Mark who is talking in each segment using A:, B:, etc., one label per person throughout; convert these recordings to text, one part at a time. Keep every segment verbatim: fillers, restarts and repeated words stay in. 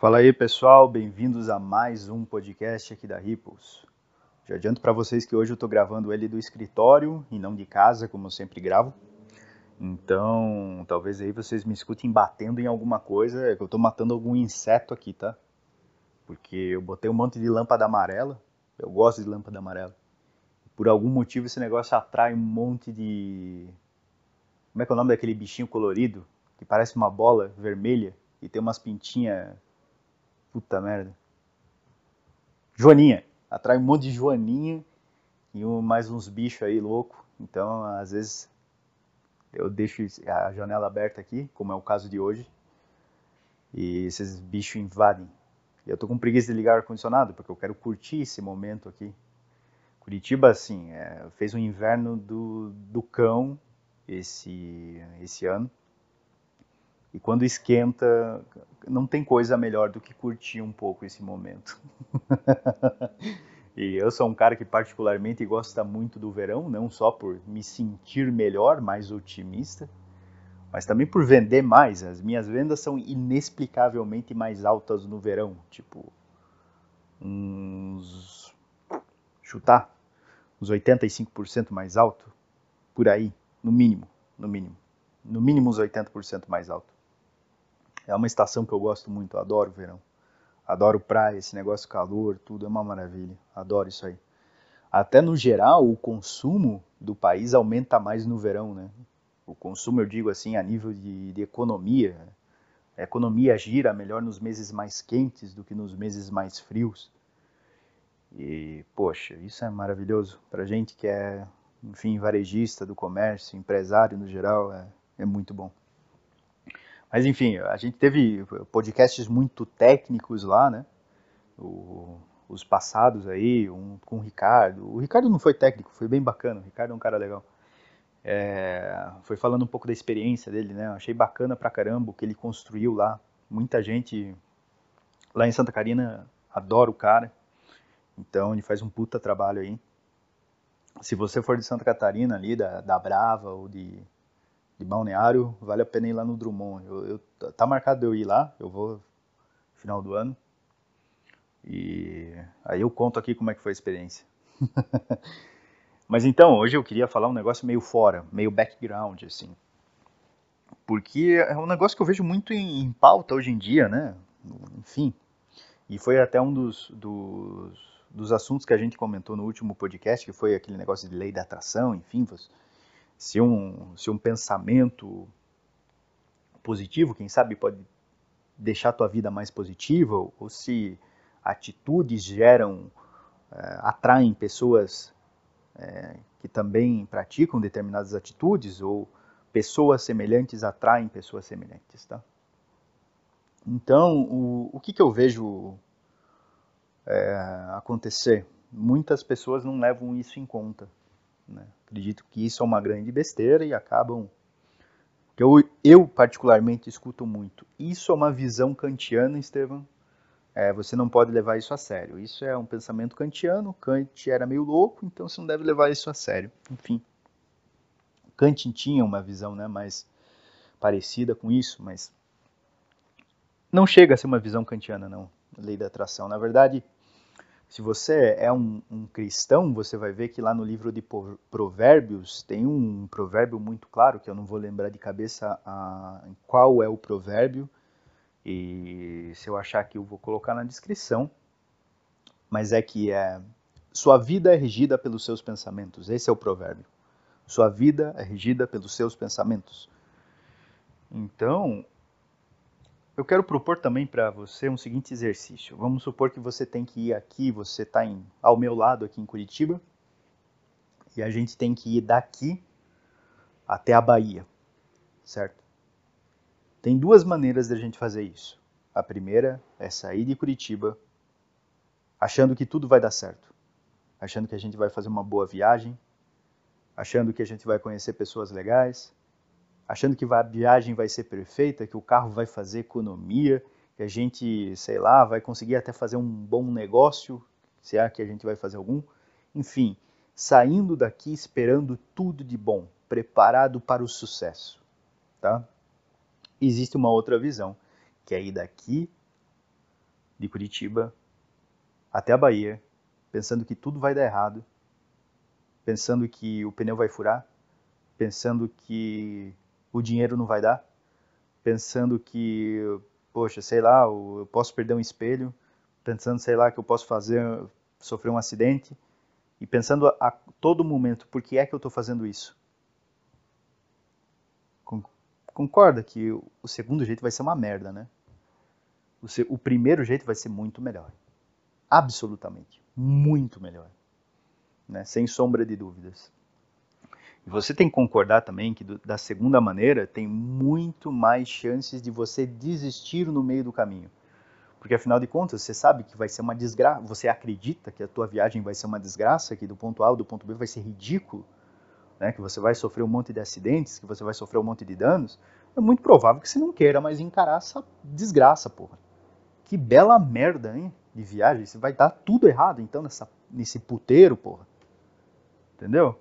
A: Fala aí, pessoal, bem-vindos a mais um podcast aqui da Ripples. Já adianto para vocês que hoje eu estou gravando ele do escritório e não de casa, como eu sempre gravo. Então, talvez aí vocês me escutem batendo em alguma coisa, é que eu estou matando algum inseto aqui, tá? Porque eu botei um monte de lâmpada amarela, eu gosto de lâmpada amarela. Por algum motivo esse negócio atrai um monte de... Como é que é o nome daquele bichinho colorido? Que parece uma bola vermelha e tem umas pintinhas... Puta merda. Joaninha. Atrai um monte de joaninha e um- mais uns bichos aí louco. Então, às vezes, eu deixo a janela aberta aqui, como é o caso de hoje, e esses bichos invadem. E eu tô com preguiça de ligar o ar-condicionado, porque eu quero curtir esse momento aqui. Curitiba, assim, é, fez um inverno do, do cão esse, esse ano. E quando esquenta, não tem coisa melhor do que curtir um pouco esse momento. E eu sou um cara que particularmente gosta muito do verão, não só por me sentir melhor, mais otimista, mas também por vender mais. As minhas vendas são inexplicavelmente mais altas no verão, tipo uns chutar, uns oitenta e cinco por cento mais alto, por aí, no mínimo, no mínimo. No mínimo uns oitenta por cento mais alto. É uma estação que eu gosto muito, eu adoro o verão. Adoro praia, esse negócio calor, tudo é uma maravilha. Adoro isso aí. Até no geral, o consumo do país aumenta mais no verão, né? O consumo, eu digo assim, a nível de, de economia. A economia gira melhor nos meses mais quentes do que nos meses mais frios. E, poxa, isso é maravilhoso. Pra gente que é, enfim, varejista do comércio, empresário no geral, é, é muito bom. Mas, enfim, a gente teve podcasts muito técnicos lá, né? O, os passados aí, um com o Ricardo. O Ricardo não foi técnico, foi bem bacana. O Ricardo é um cara legal. É, foi falando um pouco da experiência dele, né? Eu achei bacana pra caramba o que ele construiu lá. Muita gente lá em Santa Catarina adora o cara, então ele faz um puta trabalho aí. Se você for de Santa Catarina ali, da, da Brava ou de, de Balneário, vale a pena ir lá no Drummond. Eu, eu, tá marcado eu ir lá, eu vou no final do ano. E aí eu conto aqui como é que foi a experiência. Mas então, hoje eu queria falar um negócio meio fora, meio background, assim. Porque é um negócio que eu vejo muito em, em pauta hoje em dia, né? Enfim, e foi até um dos, dos, dos assuntos que a gente comentou no último podcast, que foi aquele negócio de lei da atração, enfim, se um, se um pensamento positivo, quem sabe, pode deixar a tua vida mais positiva, ou se atitudes geram, é, atraem pessoas é, que também praticam determinadas atitudes, ou pessoas semelhantes atraem pessoas semelhantes, tá? Então, o, o que, que eu vejo é, acontecer? Muitas pessoas não levam isso em conta, né? Acredito que isso é uma grande besteira e acabam... Que eu, eu particularmente escuto muito. Isso é uma visão kantiana, Estevam. É, você não pode levar isso a sério. Isso é um pensamento kantiano. Kant era meio louco, então você não deve levar isso a sério. Enfim, Kant tinha uma visão, né, mais parecida com isso, mas não chega a ser uma visão kantiana, não. Lei da atração. Na verdade, se você é um, um cristão, você vai ver que lá no livro de Provérbios tem um provérbio muito claro, que eu não vou lembrar de cabeça a, qual é o provérbio, e se eu achar aqui eu vou colocar na descrição, mas é que é, sua vida é regida pelos seus pensamentos, esse é o provérbio. Sua vida é regida pelos seus pensamentos. Então, eu quero propor também para você um seguinte exercício. Vamos supor que você tem que ir aqui, você está ao meu lado aqui em Curitiba, e a gente tem que ir daqui até a Bahia, certo? Tem duas maneiras de a gente fazer isso. A primeira é sair de Curitiba achando que tudo vai dar certo, achando que a gente vai fazer uma boa viagem, achando que a gente vai conhecer pessoas legais, achando que a viagem vai ser perfeita, que o carro vai fazer economia, que a gente, sei lá, vai conseguir até fazer um bom negócio, se é que a gente vai fazer algum. Enfim, saindo daqui esperando tudo de bom, preparado para o sucesso, tá? Existe uma outra visão, que é ir daqui de Curitiba até a Bahia, pensando que tudo vai dar errado, pensando que o pneu vai furar, pensando que o dinheiro não vai dar, pensando que, poxa, sei lá, eu posso perder um espelho, pensando, sei lá, que eu posso fazer, sofrer um acidente, e pensando a, a todo momento, por que é que eu estou fazendo isso? Concorda que o segundo jeito vai ser uma merda, né? O, se, o primeiro jeito vai ser muito melhor. Absolutamente. Muito melhor. Né? Sem sombra de dúvidas. E você tem que concordar também que do, da segunda maneira tem muito mais chances de você desistir no meio do caminho. Porque afinal de contas, você sabe que vai ser uma desgraça, você acredita que a tua viagem vai ser uma desgraça, que do ponto A ao do ponto B vai ser ridículo, né? Que você vai sofrer um monte de acidentes, que você vai sofrer um monte de danos, é muito provável que você não queira mais encarar essa desgraça, porra. Que bela merda, hein? De viagem, você vai dar tudo errado então nessa, nesse puteiro, porra. Entendeu?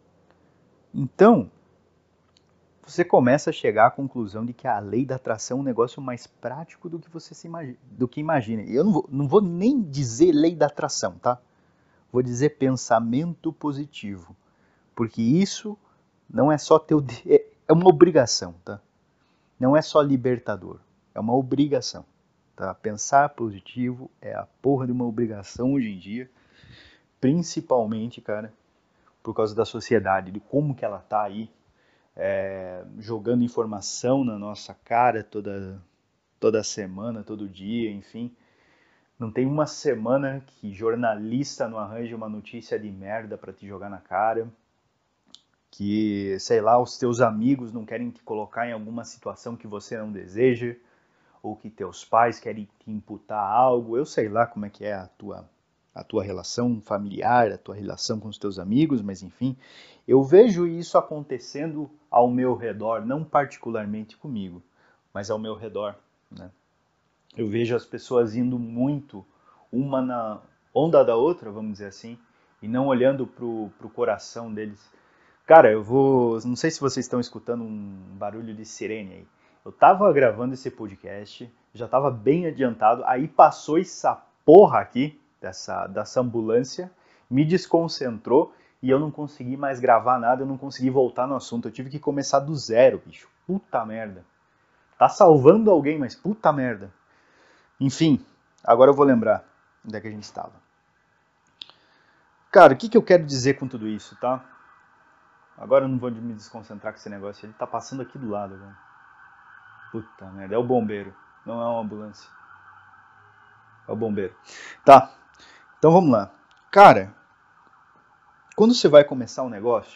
A: Então, você começa a chegar à conclusão de que a lei da atração é um negócio mais prático do que você se imagina, do que imagina. E eu não vou, não vou nem dizer lei da atração, tá? Vou dizer pensamento positivo. Porque isso não é só teu, é uma obrigação, tá? Não é só libertador, é uma obrigação, tá? Pensar positivo é a porra de uma obrigação hoje em dia, principalmente, cara, por causa da sociedade, de como que ela tá aí, é, jogando informação na nossa cara toda, toda semana, todo dia, enfim. Não tem uma semana que jornalista não arranje uma notícia de merda pra te jogar na cara, que, sei lá, os teus amigos não querem te colocar em alguma situação que você não deseja, ou que teus pais querem te imputar algo, eu sei lá como é que é a tua, a tua relação familiar, a tua relação com os teus amigos, mas enfim, eu vejo isso acontecendo ao meu redor, não particularmente comigo, mas ao meu redor, né? Eu vejo as pessoas indo muito uma na onda da outra, vamos dizer assim, e não olhando pro, pro coração deles. Cara, eu vou. Não sei se vocês estão escutando um barulho de sirene aí. Eu tava gravando esse podcast, já tava bem adiantado, aí passou essa porra aqui, dessa, dessa ambulância, me desconcentrou e eu não consegui mais gravar nada, eu não consegui voltar no assunto. Eu tive que começar do zero, bicho. Puta merda. Tá salvando alguém, mas puta merda. Enfim, agora eu vou lembrar onde é que a gente estava. Cara, o que, que eu quero dizer com tudo isso, tá? Agora eu não vou me desconcentrar com esse negócio. Ele tá passando aqui do lado agora. Puta merda, é o bombeiro. Não é uma ambulância. É o bombeiro. Tá, então vamos lá. Cara, quando você vai começar um negócio,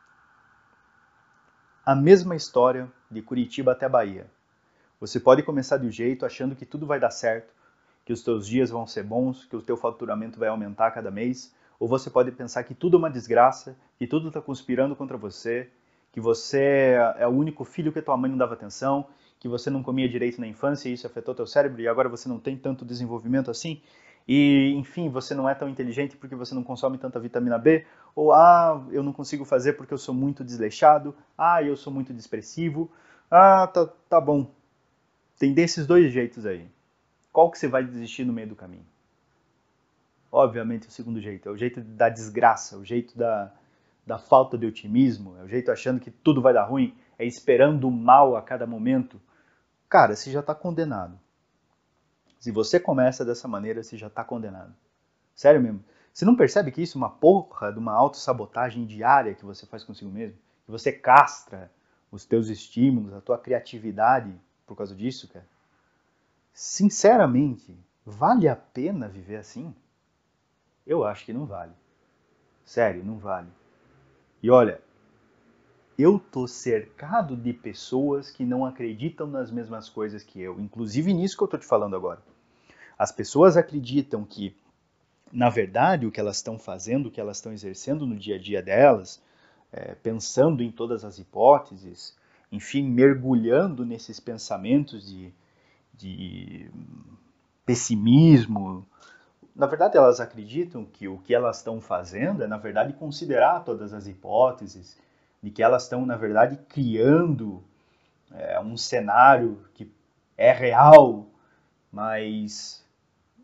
A: a mesma história de Curitiba até Bahia. Você pode começar de um jeito achando que tudo vai dar certo, que os teus dias vão ser bons, que o teu faturamento vai aumentar cada mês, ou você pode pensar que tudo é uma desgraça, que tudo está conspirando contra você, que você é o único filho que a tua mãe não dava atenção, que você não comia direito na infância e isso afetou teu cérebro e agora você não tem tanto desenvolvimento assim, e enfim, você não é tão inteligente porque você não consome tanta vitamina B, ou ah, eu não consigo fazer porque eu sou muito desleixado, ah, eu sou muito expressivo, ah, tá, tá bom. Tem desses dois jeitos aí. Qual que você vai desistir no meio do caminho? Obviamente o segundo jeito, é o jeito da desgraça, o jeito da, da falta de otimismo, é o jeito achando que tudo vai dar ruim, é esperando o mal a cada momento. Cara, você já está condenado. Se você começa dessa maneira, você já está condenado. Sério mesmo. Você não percebe que isso é uma porra de uma autossabotagem diária que você faz consigo mesmo? Que você castra os teus estímulos, a tua criatividade por causa disso, cara? Sinceramente, vale a pena viver assim? Eu acho que não vale. Sério, não vale. E olha, eu tô cercado de pessoas que não acreditam nas mesmas coisas que eu, inclusive nisso que eu tô te falando agora. As pessoas acreditam que, na verdade, o que elas estão fazendo, o que elas estão exercendo no dia a dia delas, é, pensando em todas as hipóteses, enfim, mergulhando nesses pensamentos de, de pessimismo. Na verdade, elas acreditam que o que elas estão fazendo é, na verdade, considerar todas as hipóteses, de que elas estão, na verdade, criando é, um cenário que é real, mas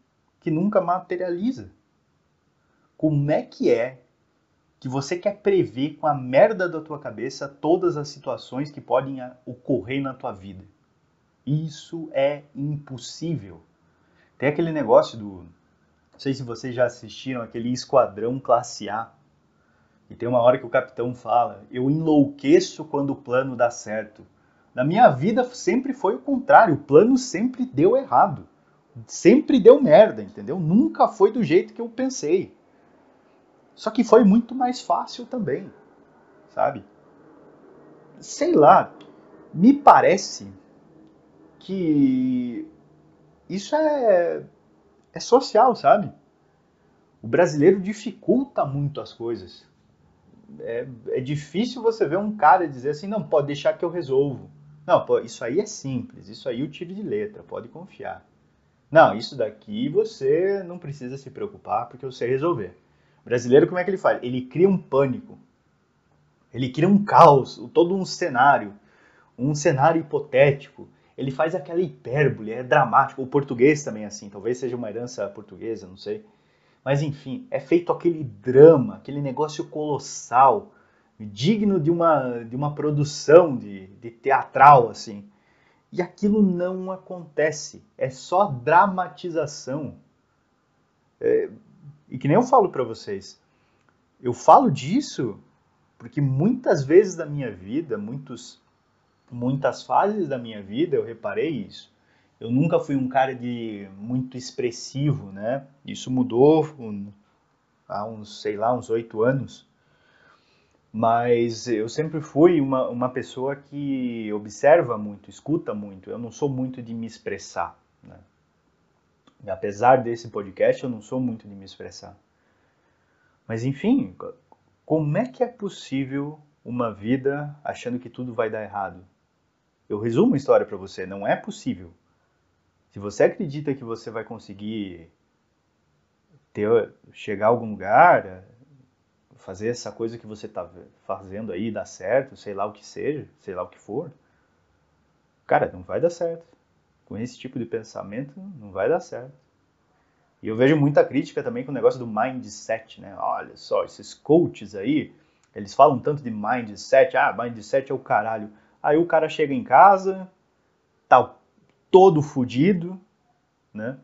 A: que nunca materializa. Como é que é que você quer prever com a merda da tua cabeça todas as situações que podem ocorrer na tua vida? Isso é impossível. Tem aquele negócio do... Não sei se vocês já assistiram aquele Esquadrão Classe A. E tem uma hora que o capitão fala: eu enlouqueço quando o plano dá certo. Na minha vida sempre foi o contrário. O plano sempre deu errado. Sempre deu merda, entendeu? Nunca foi do jeito que eu pensei. Só que foi muito mais fácil também, sabe? Sei lá, me parece que isso é, é social, sabe? O brasileiro dificulta muito as coisas. É, é difícil você ver um cara dizer assim, não, pode deixar que eu resolvo. Não, pô, isso aí é simples, isso aí eu tiro de letra, pode confiar. Não, isso daqui você não precisa se preocupar porque eu sei resolver. O brasileiro, como é que ele faz? Ele cria um pânico, ele cria um caos, todo um cenário, um cenário hipotético. Ele faz aquela hipérbole, é dramático. O português também é assim, talvez seja uma herança portuguesa, não sei. Mas enfim, é feito aquele drama, aquele negócio colossal, digno de uma, de uma produção de, de teatral, assim. E aquilo não acontece, é só dramatização. É, e que nem eu falo para vocês, eu falo disso porque muitas vezes da minha vida, muitos, muitas fases da minha vida, eu reparei isso. Eu nunca fui um cara de muito expressivo, né? Isso mudou um, há uns, sei lá, uns oito anos. Mas eu sempre fui uma, uma pessoa que observa muito, escuta muito. Eu não sou muito de me expressar, né? E apesar desse podcast, eu não sou muito de me expressar. Mas enfim, como é que é possível uma vida achando que tudo vai dar errado? Eu resumo a história para você, não é possível. Se você acredita que você vai conseguir ter, chegar a algum lugar, fazer essa coisa que você está fazendo aí dar certo, sei lá o que seja, sei lá o que for, cara, não vai dar certo. Com esse tipo de pensamento, não vai dar certo. E eu vejo muita crítica também com o negócio do mindset, né? Olha só, esses coaches aí, eles falam tanto de mindset, ah, mindset é o caralho. Aí o cara chega em casa, tá todo fudido, né?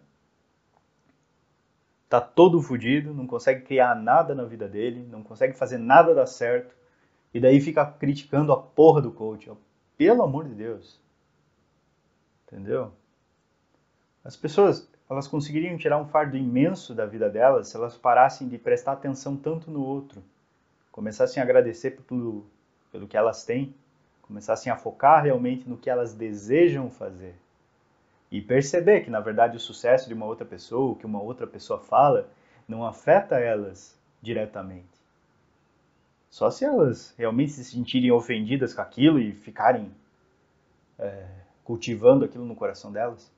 A: Tá todo fudido, não consegue criar nada na vida dele, não consegue fazer nada dar certo, e daí fica criticando a porra do coach. Pelo amor de Deus. Entendeu? As pessoas, elas conseguiriam tirar um fardo imenso da vida delas se elas parassem de prestar atenção tanto no outro, começassem a agradecer pelo, pelo que elas têm, começassem a focar realmente no que elas desejam fazer. E perceber que, na verdade, o sucesso de uma outra pessoa, o que uma outra pessoa fala, não afeta elas diretamente. Só se elas realmente se sentirem ofendidas com aquilo e ficarem é, cultivando aquilo no coração delas.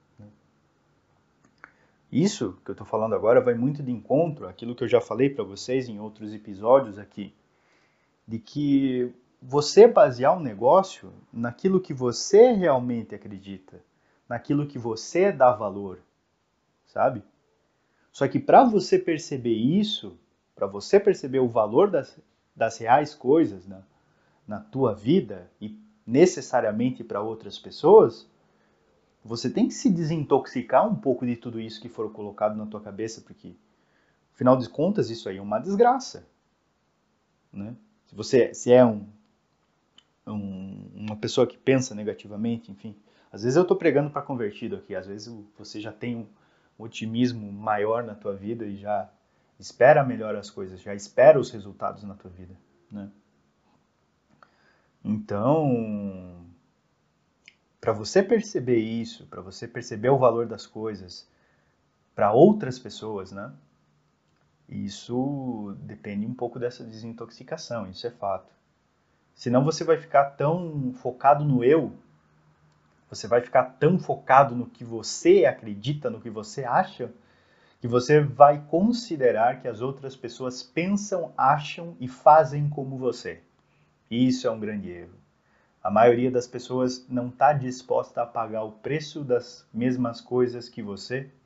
A: Isso que eu estou falando agora vai muito de encontro àquilo que eu já falei para vocês em outros episódios aqui, de que você basear um negócio naquilo que você realmente acredita, naquilo que você dá valor, sabe? Só que para você perceber isso, para você perceber o valor das, das reais coisas na, na tua vida e necessariamente para outras pessoas, você tem que se desintoxicar um pouco de tudo isso que for colocado na tua cabeça, porque, afinal de contas, isso aí é uma desgraça, né? Se você se é um, um, uma pessoa que pensa negativamente, enfim, às vezes eu estou pregando para convertido aqui, às vezes você já tem um otimismo maior na tua vida e já espera melhor as coisas, já espera os resultados na tua vida, né? Então, para você perceber isso, para você perceber o valor das coisas para outras pessoas, né? Isso depende um pouco dessa desintoxicação, isso é fato. Senão você vai ficar tão focado no eu, você vai ficar tão focado no que você acredita, no que você acha, que você vai considerar que as outras pessoas pensam, acham e fazem como você. E isso é um grande erro. A maioria das pessoas não está disposta a pagar o preço das mesmas coisas que você,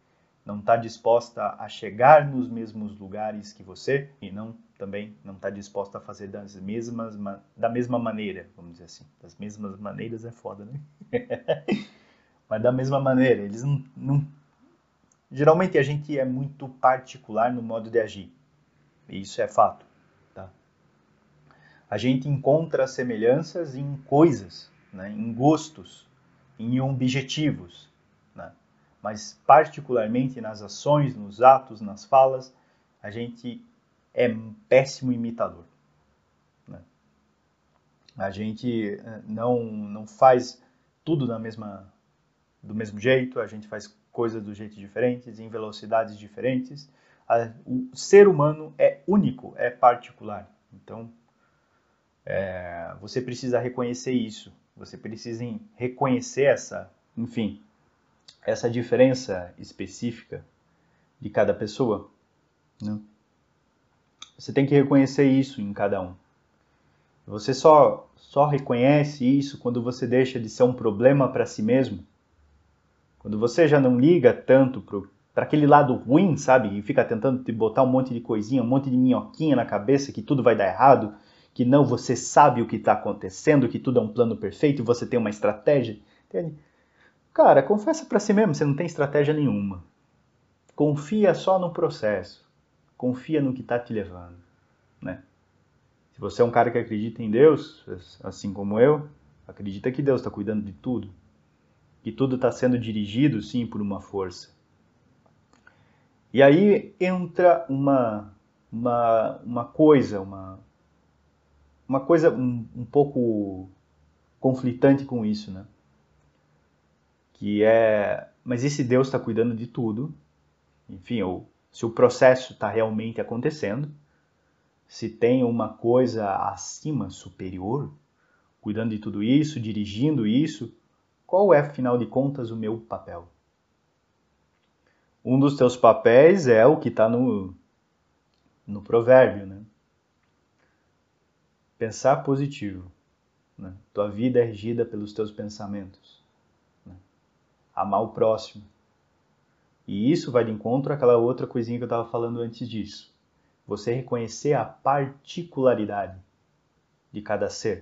A: não está disposta a chegar nos mesmos lugares que você e não também não está disposta a fazer das mesmas, da mesma maneira, vamos dizer assim. Das mesmas maneiras é foda, né? Mas da mesma maneira, eles não, não... Geralmente a gente é muito particular no modo de agir, e isso é fato, tá? A gente encontra semelhanças em coisas, né? Em gostos, em objetivos, né? Mas particularmente nas ações, nos atos, nas falas, a gente é um péssimo imitador, né? A gente não, não faz tudo da mesma, do mesmo jeito, a gente faz coisas do jeito diferentes, em velocidades diferentes. O ser humano é único, é particular. Então, é, você precisa reconhecer isso. Você precisa reconhecer essa, enfim, essa diferença específica de cada pessoa, né? Você tem que reconhecer isso em cada um. Você só, só reconhece isso quando você deixa de ser um problema para si mesmo. Quando você já não liga tanto para aquele lado ruim, sabe? E fica tentando te botar um monte de coisinha, um monte de minhoquinha na cabeça, que tudo vai dar errado, que não, você sabe o que está acontecendo, que tudo é um plano perfeito, você tem uma estratégia. Entende? Cara, confessa para si mesmo, você não tem estratégia nenhuma. Confia só no processo. Confia no que está te levando, né? Se você é um cara que acredita em Deus, assim como eu, acredita que Deus está cuidando de tudo. Que tudo está sendo dirigido, sim, por uma força. E aí entra uma, uma, uma coisa, uma, uma coisa um, um pouco conflitante com isso, né? Que é, mas e se Deus está cuidando de tudo? Enfim, ou se o processo está realmente acontecendo, se tem uma coisa acima, superior, cuidando de tudo isso, dirigindo isso, qual é, afinal de contas, o meu papel? Um dos teus papéis é o que está no, no provérbio, né? Pensar positivo, né? Tua vida é regida pelos teus pensamentos, né? Amar o próximo. E isso vai de encontro àquela outra coisinha que eu estava falando antes disso. Você reconhecer a particularidade de cada ser.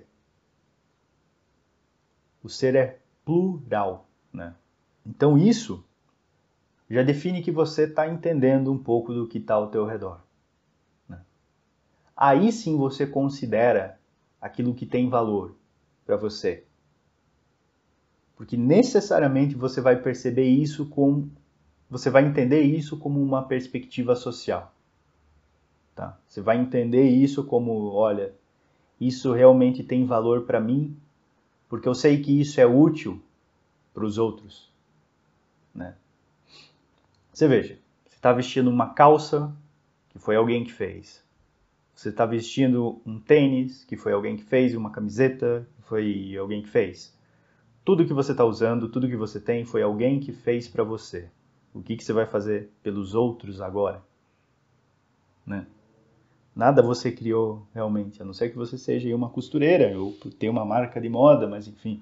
A: O ser é plural, né? Então isso já define que você está entendendo um pouco do que está ao teu redor, né? Aí sim você considera aquilo que tem valor para você. Porque necessariamente você vai perceber isso como... Você vai entender isso como uma perspectiva social. Tá? Você vai entender isso como, olha, isso realmente tem valor para mim, porque eu sei que isso é útil para os outros, né? Você veja, você está vestindo uma calça que foi alguém que fez. Você está vestindo um tênis que foi alguém que fez, uma camiseta que foi alguém que fez. Tudo que você está usando, tudo que você tem foi alguém que fez para você. O que, que você vai fazer pelos outros agora? Né? Nada você criou realmente, a não ser que você seja uma costureira ou tenha uma marca de moda, mas enfim.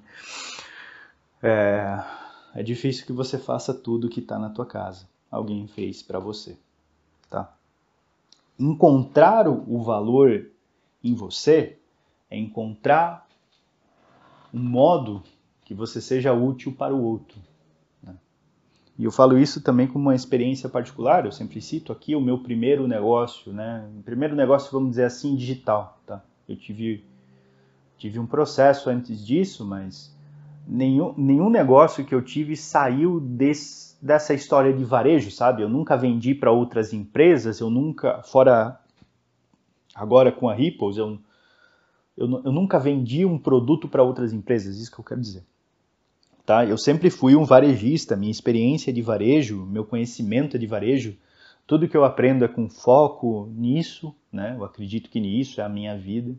A: É, é difícil que você faça tudo que está na tua casa. Alguém fez para você. Tá? Encontrar o valor em você é encontrar um modo que você seja útil para o outro. Né? E eu falo isso também como uma experiência particular, eu sempre cito aqui o meu primeiro negócio, né? O primeiro negócio, vamos dizer assim, digital. Tá? Eu tive, tive um processo antes disso, mas nenhum, nenhum negócio que eu tive saiu desse, dessa história de varejo, sabe? Eu nunca vendi para outras empresas, eu nunca, fora agora com a Ripples, eu, eu, eu nunca vendi um produto para outras empresas, isso que eu quero dizer. Tá? Eu sempre fui um varejista, minha experiência de varejo, meu conhecimento de varejo, tudo que eu aprendo é com foco nisso, né? Eu acredito que nisso é a minha vida.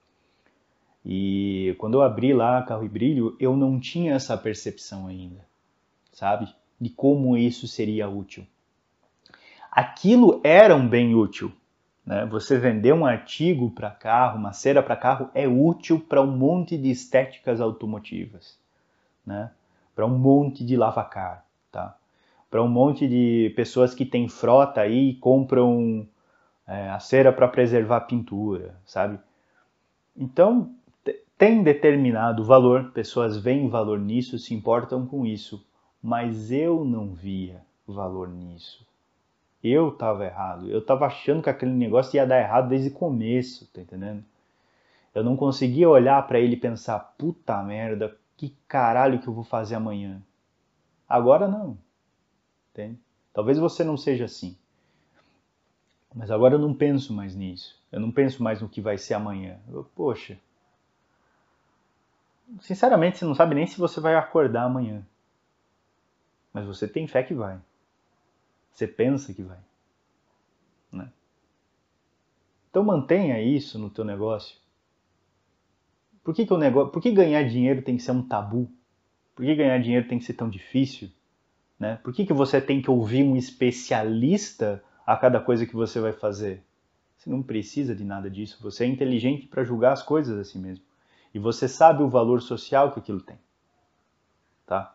A: E quando eu abri lá Carro e Brilho, eu não tinha essa percepção ainda, sabe? De como isso seria útil. Aquilo era um bem útil, né? Você vender um artigo para carro, uma cera para carro, é útil para um monte de estéticas automotivas, né? Para um monte de lavacar, tá? para um monte de pessoas que têm frota aí e compram é, a cera para preservar a pintura, sabe? Então, tem determinado valor, pessoas veem valor nisso, se importam com isso, mas eu não via valor nisso. Eu estava errado, eu estava achando que aquele negócio ia dar errado desde o começo, tá entendendo? Eu não conseguia olhar para ele e pensar, puta merda, que caralho que eu vou fazer amanhã? Agora não, entende? Talvez você não seja assim, mas agora eu não penso mais nisso. Eu não penso mais no que vai ser amanhã. Eu, poxa, sinceramente, você não sabe nem se você vai acordar amanhã. Mas você tem fé que vai. Você pensa que vai. Né? Então mantenha isso no teu negócio. Por que, que, o negócio, por que ganhar dinheiro tem que ser um tabu? Por que ganhar dinheiro tem que ser tão difícil? Né? Por que, que você tem que ouvir um especialista a cada coisa que você vai fazer? Você não precisa de nada disso. Você é inteligente para julgar as coisas assim mesmo. E você sabe o valor social que aquilo tem. Tá?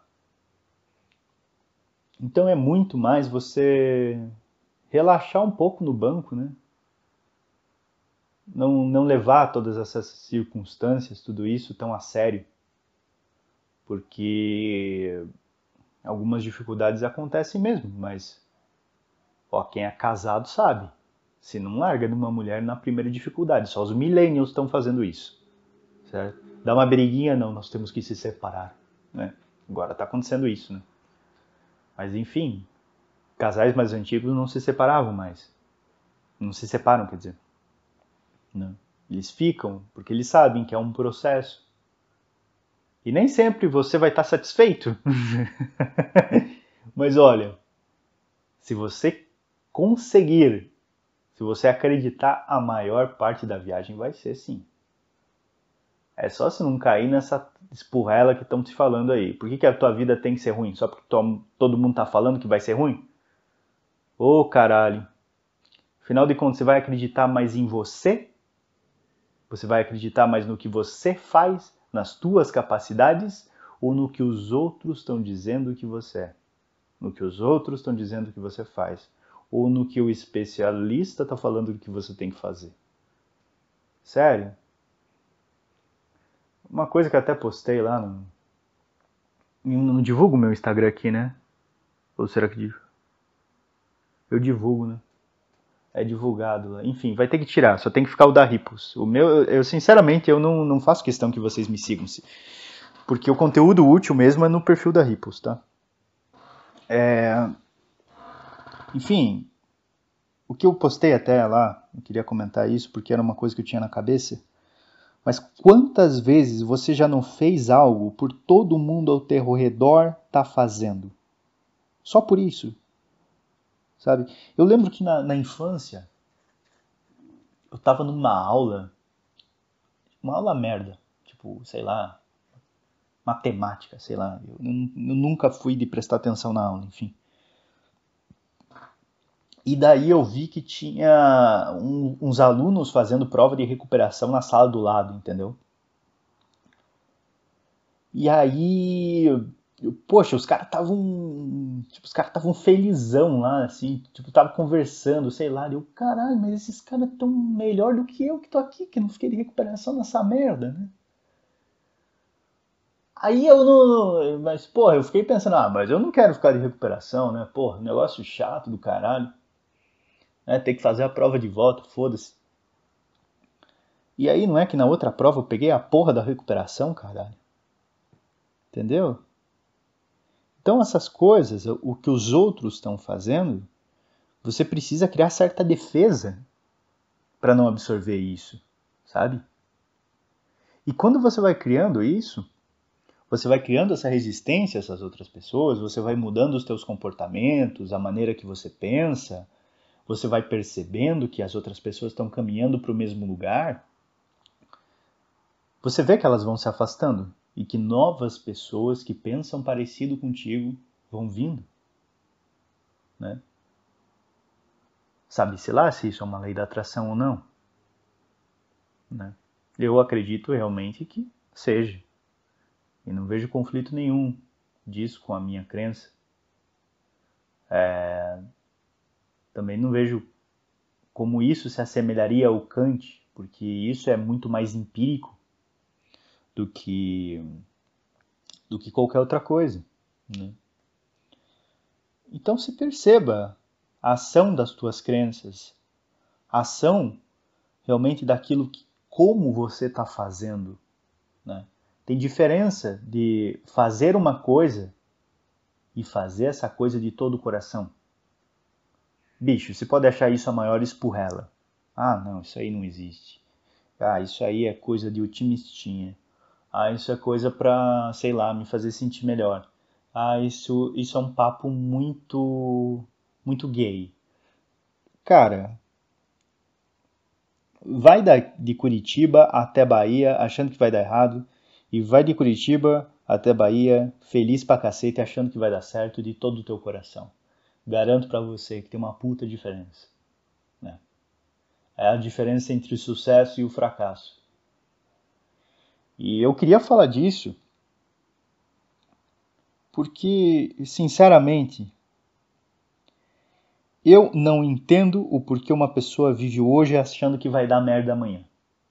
A: Então é muito mais você relaxar um pouco no banco, né? Não, não levar todas essas circunstâncias, tudo isso tão a sério. Porque algumas dificuldades acontecem mesmo, mas ó, quem é casado sabe. Se não larga de uma mulher na primeira dificuldade, só os millennials estão fazendo isso. Certo? Dá uma briguinha, não, nós temos que se separar. Né? Agora está acontecendo isso, né? Mas enfim, casais mais antigos não se separavam mais. Não se separam, quer dizer. Não. Eles ficam porque eles sabem que é um processo. E nem sempre você vai estar satisfeito. Mas olha, se você conseguir, se você acreditar, a maior parte da viagem vai ser sim. É só se não cair nessa espurrela que estão te falando aí. Por que, que a tua vida tem que ser ruim? Só porque todo mundo tá falando que vai ser ruim? Ô oh, caralho. Afinal de contas, você vai acreditar mais em você? Você vai acreditar mais no que você faz, nas tuas capacidades, ou no que os outros estão dizendo que você é? No que os outros estão dizendo que você faz? Ou no que o especialista está falando que você tem que fazer? Sério? Uma coisa que eu até postei lá no... Não divulgo o meu Instagram aqui, né? Ou será que divulgo? Eu divulgo, né? É divulgado. Enfim, vai ter que tirar. Só tem que ficar o da Ripos. O meu, eu sinceramente, eu não, não faço questão que vocês me sigam. Porque o conteúdo útil mesmo é no perfil da Ripos, tá? É... Enfim, o que eu postei até lá, eu queria comentar isso porque era uma coisa que eu tinha na cabeça. Mas quantas vezes você já não fez algo por todo mundo ao teu redor tá fazendo? Só por isso. Sabe? Eu lembro que na, na infância, eu tava numa aula, uma aula merda, tipo, sei lá, matemática, sei lá. Eu, eu nunca fui de prestar atenção na aula, enfim. E daí eu vi que tinha um, uns alunos fazendo prova de recuperação na sala do lado, entendeu? E aí, poxa, os caras estavam, tipo, os caras estavam felizão lá, assim, tipo, tava conversando, sei lá, e eu, caralho, mas esses caras tão melhor do que eu que tô aqui, que não fiquei de recuperação nessa merda, né? Aí eu não, mas porra, eu fiquei pensando, ah, mas eu não quero ficar de recuperação, né? Porra, negócio chato do caralho, né? Ter que fazer a prova de volta, foda-se. E aí não é que na outra prova eu peguei a porra da recuperação, caralho. Entendeu? Então essas coisas, o que os outros estão fazendo, você precisa criar certa defesa para não absorver isso, sabe? E quando você vai criando isso, você vai criando essa resistência a essas outras pessoas, você vai mudando os teus comportamentos, a maneira que você pensa, você vai percebendo que as outras pessoas estão caminhando para o mesmo lugar, você vê que elas vão se afastando e que novas pessoas que pensam parecido contigo vão vindo, né? Sabe-se lá se isso é uma lei da atração ou não, né? Eu acredito realmente que seja. E não vejo conflito nenhum disso com a minha crença. Também não vejo como isso se assemelharia ao Kant, porque isso é muito mais empírico do que, do que qualquer outra coisa, né? Então se perceba a ação das tuas crenças, a ação realmente daquilo que, como você está fazendo, né? Tem diferença de fazer uma coisa e fazer essa coisa de todo o coração. Bicho, você pode achar isso a maior espurrela. Ah, não, isso aí não existe. Ah, isso aí é coisa de otimistinha. Ah, isso é coisa pra, sei lá, me fazer sentir melhor. Ah, isso, isso é um papo muito, muito gay. Cara, vai da, de Curitiba até Bahia achando que vai dar errado e vai de Curitiba até Bahia feliz pra cacete achando que vai dar certo de todo o teu coração. Garanto pra você que tem uma puta diferença, né? É a diferença entre o sucesso e o fracasso. E eu queria falar disso porque, sinceramente, eu não entendo o porquê uma pessoa vive hoje achando que vai dar merda amanhã.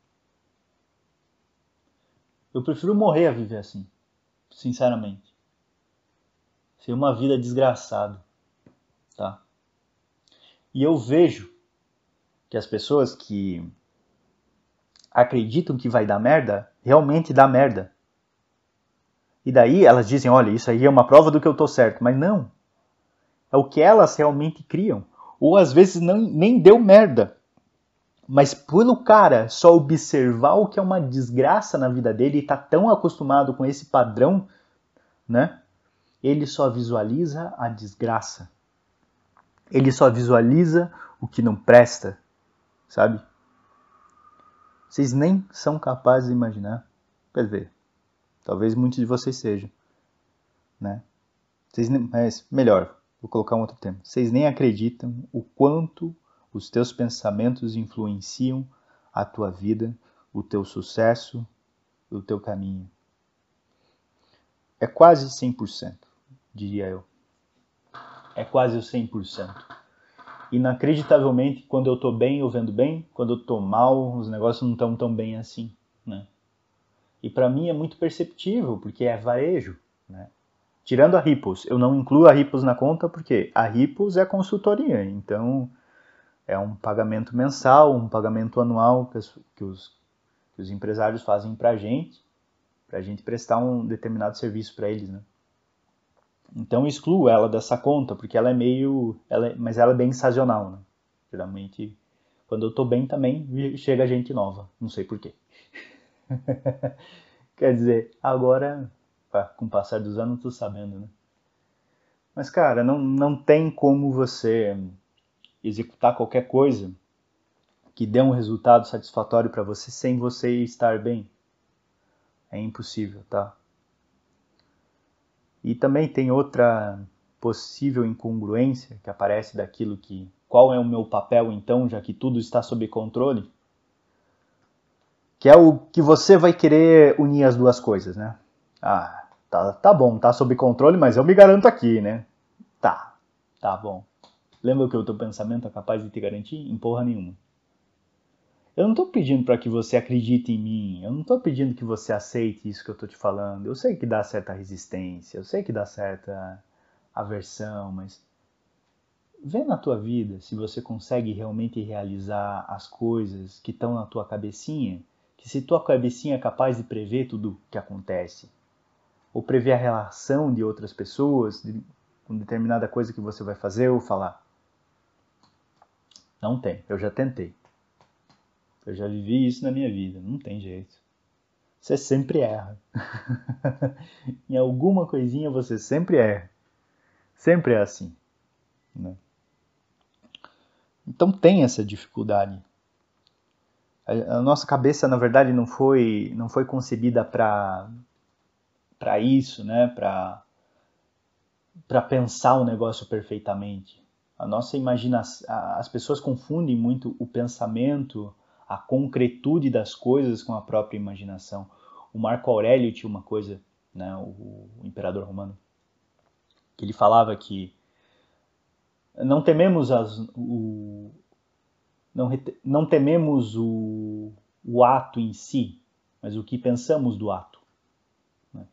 A: Eu prefiro morrer a viver assim, sinceramente. Ser uma vida desgraçada, tá? E eu vejo que as pessoas que acreditam que vai dar merda, realmente dá merda. E daí elas dizem, olha, isso aí é uma prova do que eu tô certo. Mas não. É o que elas realmente criam. Ou às vezes não, nem deu merda. Mas pelo cara só observar o que é uma desgraça na vida dele e tá tão acostumado com esse padrão, né? Ele só visualiza a desgraça. Ele só visualiza o que não presta, sabe? Vocês nem são capazes de imaginar. Quer ver? Talvez muitos de vocês sejam, né? Vocês nem, mas melhor, vou colocar um outro termo. Vocês nem acreditam o quanto os teus pensamentos influenciam a tua vida, o teu sucesso, o teu caminho. É quase cem por cento, diria eu. É quase o cem por cento. Inacreditavelmente, quando eu tô bem, eu vendo bem. Quando eu tô mal, os negócios não estão tão bem assim, né? E para mim é muito perceptível, porque é varejo, né? Tirando a Ripples, eu não incluo a Ripples na conta porque a Ripples é consultoria, então é um pagamento mensal, um pagamento anual que os, que os, que os empresários fazem para a gente, para a gente prestar um determinado serviço para eles, né? Então eu excluo ela dessa conta porque ela é meio, ela é, mas ela é bem sazonal, né? Geralmente, quando eu tô bem também chega gente nova, não sei porquê. Quer dizer, agora, com o passar dos anos, tô sabendo, né? Mas, cara, não, não tem como você executar qualquer coisa que dê um resultado satisfatório para você sem você estar bem. É impossível, tá? E também tem outra possível incongruência que aparece daquilo que... Qual é o meu papel, então, já que tudo está sob controle? Que é o que você vai querer unir as duas coisas, né? Ah, tá, tá bom, tá sob controle, mas eu me garanto aqui, né? Tá, tá bom. Lembra que o teu pensamento é capaz de te garantir? Em porra nenhuma. Eu não tô pedindo para que você acredite em mim, eu não tô pedindo que você aceite isso que eu tô te falando. Eu sei que dá certa resistência, eu sei que dá certa aversão, mas vê na tua vida se você consegue realmente realizar as coisas que estão na tua cabecinha, que se tua cabecinha é capaz de prever tudo que acontece, ou prever a relação de outras pessoas de, com determinada coisa que você vai fazer ou falar. Não tem, eu já tentei. Eu já vivi isso na minha vida, não tem jeito. Você sempre erra. Em alguma coisinha você sempre erra. Sempre é assim, né? Então tem essa dificuldade. A, a nossa cabeça, na verdade, não foi, não foi concebida para para isso, né? Para para pensar o negócio perfeitamente. A nossa imaginação, as pessoas confundem muito o pensamento, a concretude das coisas com a própria imaginação. O Marco Aurélio tinha uma coisa, né, o, o imperador romano, que ele falava que não tememos as, o, não, não tememos o, o ato em si, mas o que pensamos do ato. Né?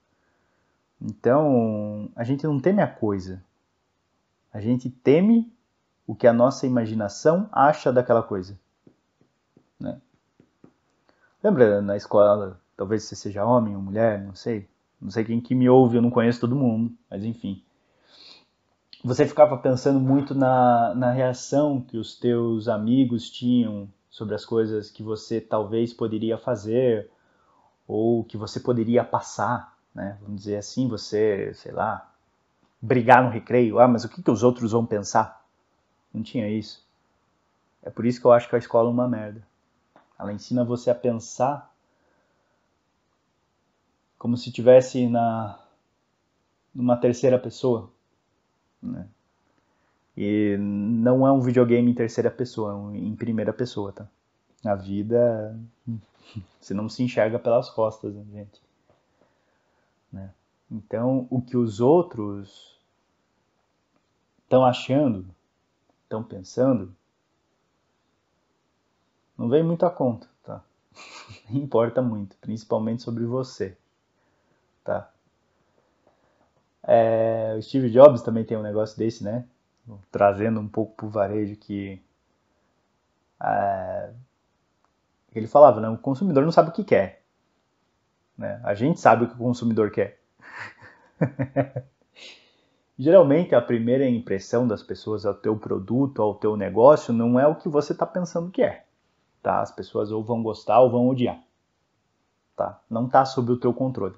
A: Então, a gente não teme a coisa, a gente teme o que a nossa imaginação acha daquela coisa. Né? Lembra na escola, talvez você seja homem ou mulher, não sei, não sei quem que me ouve, eu não conheço todo mundo, mas enfim. Você ficava pensando muito na, na reação que os teus amigos tinham sobre as coisas que você talvez poderia fazer ou que você poderia passar, né? Vamos dizer assim, você, sei lá, brigar no recreio. Ah, mas o que, que os outros vão pensar? Não tinha isso. É por isso que eu acho que a escola é uma merda. Ela ensina você a pensar como se estivesse na numa terceira pessoa, né? E não é um videogame em terceira pessoa, é um em primeira pessoa, tá? A vida, você não se enxerga pelas costas, né, gente? Né? Então, o que os outros estão achando, estão pensando, não vem muito a conta, tá? Nem importa muito, principalmente sobre você, tá? É, o Steve Jobs também tem um negócio desse, né? Trazendo um pouco pro varejo que é, ele falava, né? O consumidor não sabe o que quer, né? A gente sabe o que o consumidor quer. Geralmente a primeira impressão das pessoas ao teu produto, ao teu negócio, não é o que você está pensando que é. Tá? As pessoas ou vão gostar ou vão odiar. Tá? Não está sob o teu controle.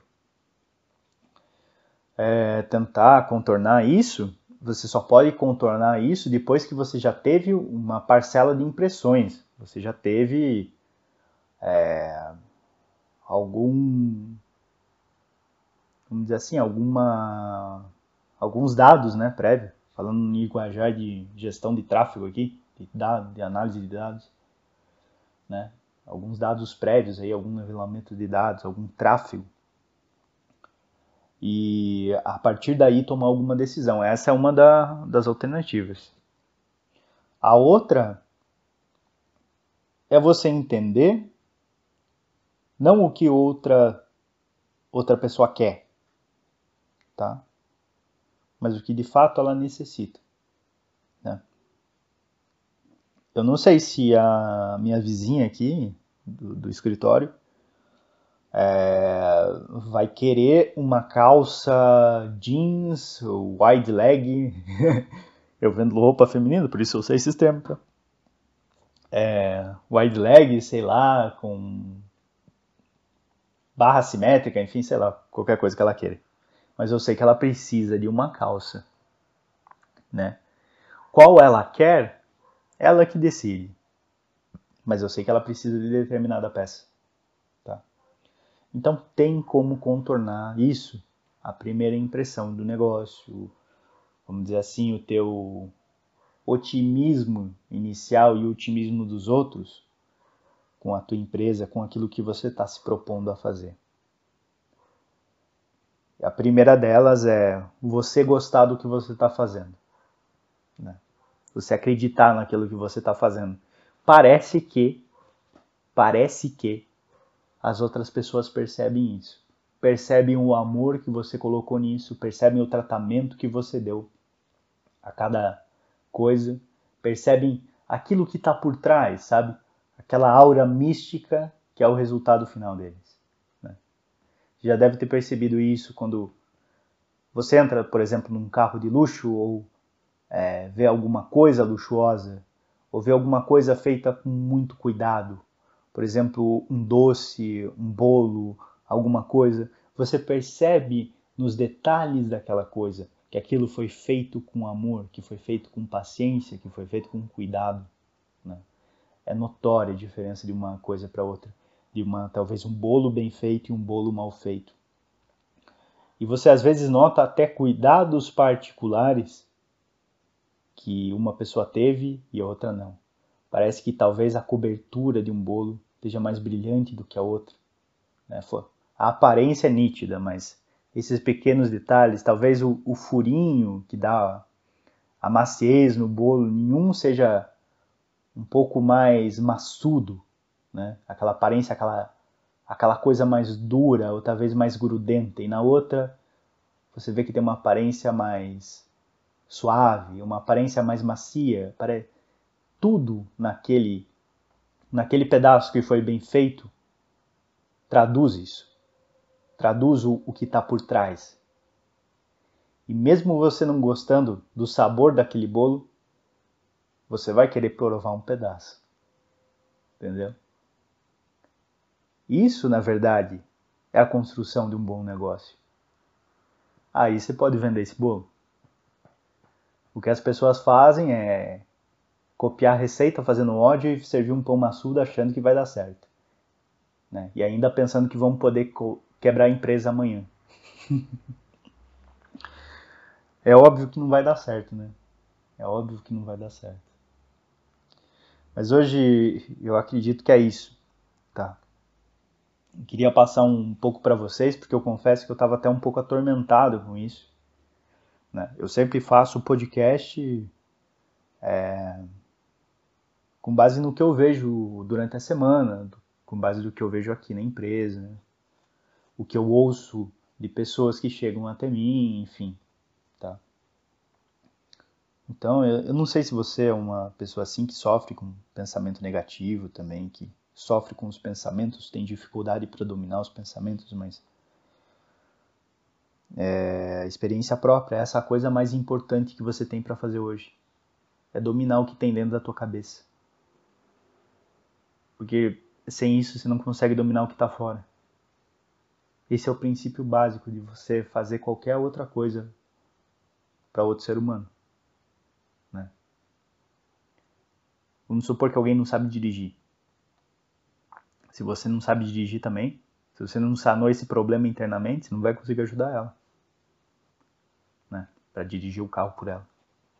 A: É, tentar contornar isso, você só pode contornar isso depois que você já teve uma parcela de impressões. Você já teve é, algum, vamos dizer assim, alguma, alguns dados, né, prévios. Falando em linguajar de gestão de tráfego aqui, de, dados, de análise de dados. Né? Alguns dados prévios, aí, algum nivelamento de dados, algum tráfego. E a partir daí tomar alguma decisão. Essa é uma da, das alternativas. A outra é você entender não o que outra, outra pessoa quer, tá? Mas o que de fato ela necessita. Né? Eu não sei se a minha vizinha aqui do, do escritório É, vai querer uma calça jeans, wide leg. Eu vendo roupa feminina, por isso eu sei esses termos. Tá? É, wide leg, sei lá, com barra simétrica, enfim, sei lá, qualquer coisa que ela queira. Mas eu sei que ela precisa de uma calça, né? Qual ela quer, ela que decide. Mas eu sei que ela precisa de determinada peça. Tá? Então tem como contornar isso, a primeira impressão do negócio, vamos dizer assim, o teu otimismo inicial e o otimismo dos outros com a tua empresa, com aquilo que você está se propondo a fazer. A primeira delas é você gostar do que você está fazendo. Né? Você acreditar naquilo que você está fazendo. Parece que, parece que as outras pessoas percebem isso. Percebem o amor que você colocou nisso, percebem o tratamento que você deu a cada coisa, percebem aquilo que está por trás, sabe? Aquela aura mística que é o resultado final deles. Né? Já deve ter percebido isso quando você entra, por exemplo, num carro de luxo ou é, vê alguma coisa luxuosa ou vê alguma coisa feita com muito cuidado. Por exemplo, um doce, um bolo, alguma coisa. Você percebe nos detalhes daquela coisa que aquilo foi feito com amor, que foi feito com paciência, que foi feito com cuidado. Né? É notória a diferença de uma coisa para outra, de uma talvez um bolo bem feito e um bolo mal feito. E você às vezes nota até cuidados particulares que uma pessoa teve e a outra não. Parece que talvez a cobertura de um bolo esteja mais brilhante do que a outra. Né? A aparência é nítida, mas esses pequenos detalhes, talvez o, o furinho que dá a maciez no bolo, nenhum seja um pouco mais maçudo, né? Aquela aparência, aquela, aquela coisa mais dura ou talvez mais grudenta. E na outra, você vê que tem uma aparência mais suave, uma aparência mais macia. Tudo naquele, naquele pedaço que foi bem feito traduz isso. Traduz o, o que está por trás. E mesmo você não gostando do sabor daquele bolo, você vai querer provar um pedaço. Entendeu? Isso, na verdade, é a construção de um bom negócio. Aí você pode vender esse bolo. O que as pessoas fazem é copiar a receita fazendo ódio e servir um pão maçudo achando que vai dar certo. Né? E ainda pensando que vão poder quebrar a empresa amanhã. É óbvio que não vai dar certo, né? É óbvio que não vai dar certo. Mas hoje eu acredito que é isso, tá? Eu queria passar um pouco para vocês, porque eu confesso que eu estava até um pouco atormentado com isso. Né? Eu sempre faço podcast é, com base no que eu vejo durante a semana, com base no que eu vejo aqui na empresa, né? O que eu ouço de pessoas que chegam até mim, enfim, tá? Então, eu não sei se você é uma pessoa assim que sofre com pensamento negativo também, que sofre com os pensamentos, tem dificuldade para dominar os pensamentos, mas é, a experiência própria é essa coisa mais importante que você tem para fazer hoje. É dominar o que tem dentro da tua cabeça. Porque sem isso você não consegue dominar o que está fora. Esse é o princípio básico de você fazer qualquer outra coisa para outro ser humano. Né? Vamos supor que alguém não sabe dirigir. Se você não sabe dirigir também, se você não sanou esse problema internamente, você não vai conseguir ajudar ela. Né? Para dirigir o carro por ela.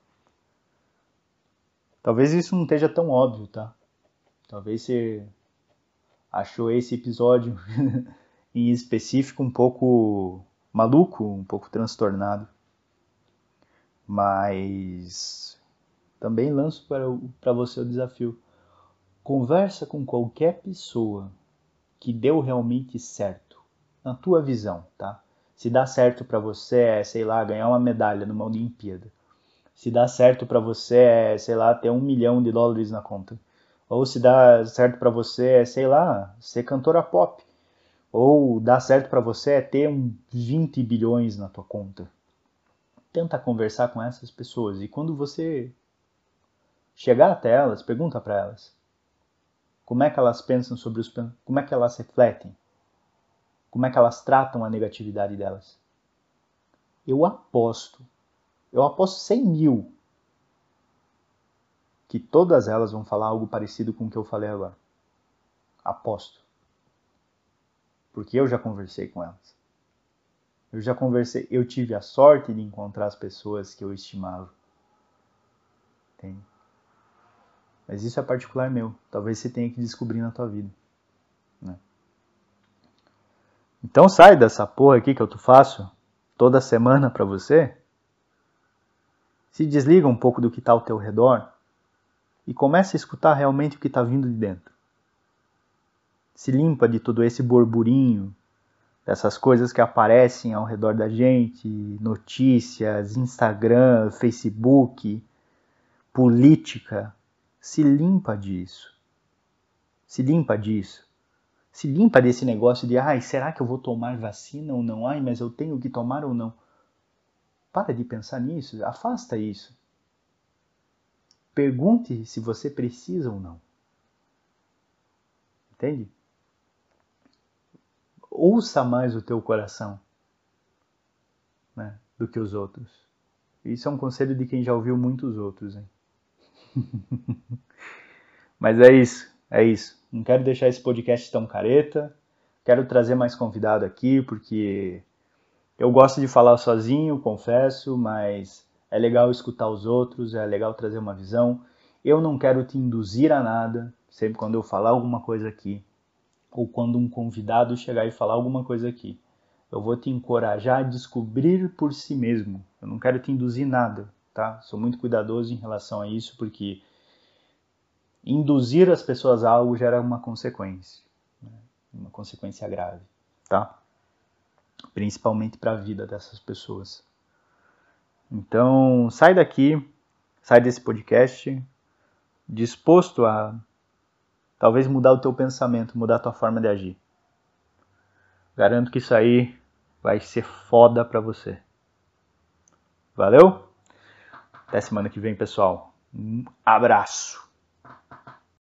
A: Talvez isso não esteja tão óbvio, tá? Talvez você achou esse episódio em específico um pouco maluco, um pouco transtornado. Mas também lanço para você o desafio. Conversa com qualquer pessoa que deu realmente certo, na tua visão, tá? Se dá certo para você é, sei lá, ganhar uma medalha numa Olimpíada. Se dá certo para você é, sei lá, ter um milhão de dólares na conta. Ou se dá certo para você é, sei lá, ser cantora pop. Ou dá certo para você é ter um vinte bilhões na tua conta. Tenta conversar com essas pessoas e quando você chegar até elas, pergunta para elas. Como é que elas pensam sobre os... Como é que elas refletem? Como é que elas tratam a negatividade delas? Eu aposto, eu aposto cem mil que todas elas vão falar algo parecido com o que eu falei agora. Aposto. Porque eu já conversei com elas. Eu já conversei, eu tive a sorte de encontrar as pessoas que eu estimava. Entende? Mas isso é particular meu. Talvez você tenha que descobrir na tua vida. Né? Então sai dessa porra aqui que eu faço toda semana pra você. Se desliga um pouco do que está ao teu redor e começa a escutar realmente o que está vindo de dentro. Se limpa de todo esse burburinho, dessas coisas que aparecem ao redor da gente, notícias, Instagram, Facebook, política. Se limpa disso. Se limpa disso. Se limpa desse negócio de, ai, será que eu vou tomar vacina ou não? Ai, mas eu tenho que tomar ou não? Para de pensar nisso, afasta isso. Pergunte se você precisa ou não. Entende? Ouça mais o teu coração, né, do que os outros. Isso é um conselho de quem já ouviu muitos outros. Hein? Mas é isso, é isso. Não quero deixar esse podcast tão careta. Quero trazer mais convidado aqui, porque eu gosto de falar sozinho, confesso, mas é legal escutar os outros, é legal trazer uma visão. Eu não quero te induzir a nada, sempre quando eu falar alguma coisa aqui, ou quando um convidado chegar e falar alguma coisa aqui. Eu vou te encorajar a descobrir por si mesmo. Eu não quero te induzir nada. tá? Sou muito cuidadoso em relação a isso, porque induzir as pessoas a algo gera uma consequência, né? Uma consequência grave, tá? Principalmente para a vida dessas pessoas. Então, sai daqui, sai desse podcast, disposto a talvez mudar o teu pensamento, mudar a tua forma de agir. Garanto que isso aí vai ser foda pra você. Valeu? Até semana que vem, pessoal. Um abraço.